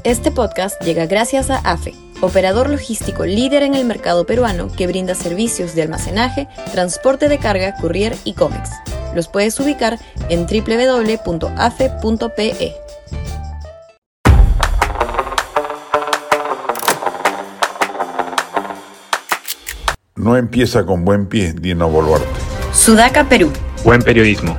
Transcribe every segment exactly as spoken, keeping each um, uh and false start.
Este podcast llega gracias a AFE, operador logístico líder en el mercado peruano que brinda servicios de almacenaje, transporte de carga, courier y cómics. Los puedes ubicar en doble u doble u doble u punto a f e punto p e. No empieza con buen pie, Dina Boluarte. Sudaca, Perú. Buen periodismo.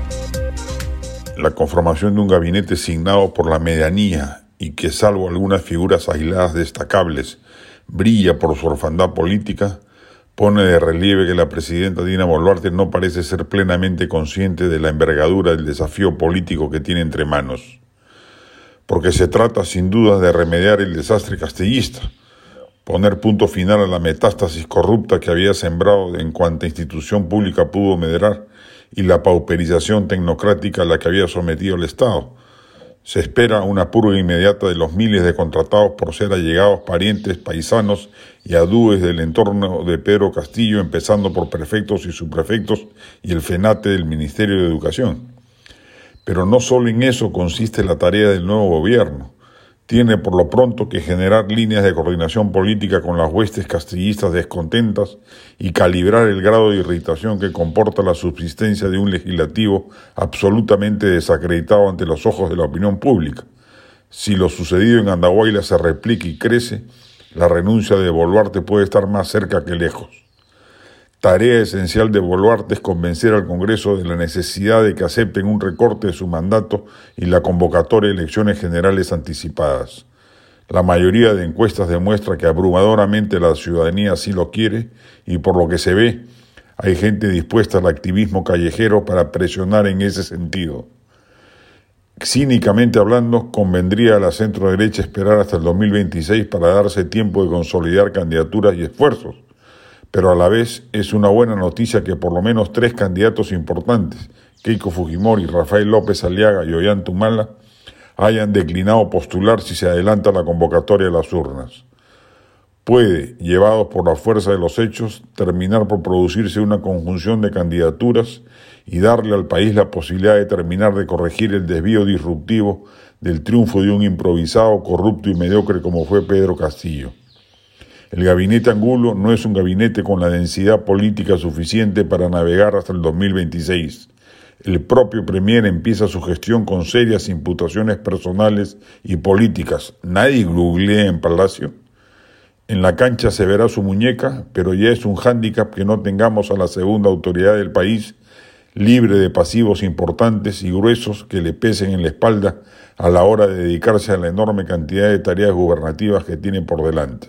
La conformación de un gabinete signado por la medianía y que, salvo algunas figuras aisladas destacables, brilla por su orfandad política, pone de relieve que la presidenta Dina Boluarte no parece ser plenamente consciente de la envergadura del desafío político que tiene entre manos. Porque se trata sin duda de remediar el desastre castellista, poner punto final a la metástasis corrupta que había sembrado en cuanta institución pública pudo medrar y la pauperización tecnocrática a la que había sometido el Estado. Se espera una purga inmediata de los miles de contratados por ser allegados parientes, paisanos y adúes del entorno de Pedro Castillo, empezando por prefectos y subprefectos y el FENATE del Ministerio de Educación. Pero no solo en eso consiste la tarea del nuevo gobierno. Tiene por lo pronto que generar líneas de coordinación política con las huestes castillistas descontentas y calibrar el grado de irritación que comporta la subsistencia de un legislativo absolutamente desacreditado ante los ojos de la opinión pública. Si lo sucedido en Andahuayla se replica y crece, la renuncia de Boluarte puede estar más cerca que lejos. Tarea esencial de Boluarte es convencer al Congreso de la necesidad de que acepten un recorte de su mandato y la convocatoria de elecciones generales anticipadas. La mayoría de encuestas demuestra que abrumadoramente la ciudadanía así lo quiere y por lo que se ve, hay gente dispuesta al activismo callejero para presionar en ese sentido. Cínicamente hablando, convendría a la centro-derecha esperar hasta el dos mil veintiséis para darse tiempo de consolidar candidaturas y esfuerzos. Pero a la vez es una buena noticia que por lo menos tres candidatos importantes, Keiko Fujimori, Rafael López Aliaga y Ollanta Humala, hayan declinado postular si se adelanta la convocatoria de las urnas. Puede, llevados por la fuerza de los hechos, terminar por producirse una conjunción de candidaturas y darle al país la posibilidad de terminar de corregir el desvío disruptivo del triunfo de un improvisado, corrupto y mediocre como fue Pedro Castillo. El gabinete Angulo no es un gabinete con la densidad política suficiente para navegar hasta el dos mil veintiséis. El propio Premier empieza su gestión con serias imputaciones personales y políticas. ¿Nadie googlea en Palacio? En la cancha se verá su muñeca, pero ya es un hándicap que no tengamos a la segunda autoridad del país, libre de pasivos importantes y gruesos que le pesen en la espalda a la hora de dedicarse a la enorme cantidad de tareas gubernativas que tiene por delante.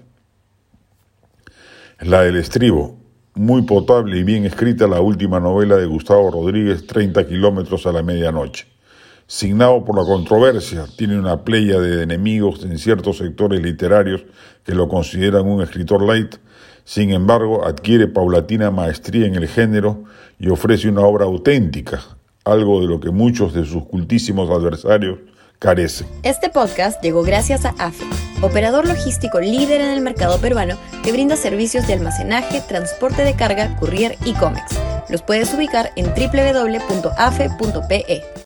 La del estribo, muy potable y bien escrita la última novela de Gustavo Rodríguez, treinta kilómetros a la medianoche. Signado por la controversia, tiene una playa de enemigos en ciertos sectores literarios que lo consideran un escritor light, sin embargo adquiere paulatina maestría en el género y ofrece una obra auténtica, algo de lo que muchos de sus cultísimos adversarios carecen. Este podcast llegó gracias a AFE, operador logístico líder en el mercado peruano que brinda servicios de almacenaje, transporte de carga, courier y cómics. Los puedes ubicar en doble u doble u doble u punto a f e punto p e.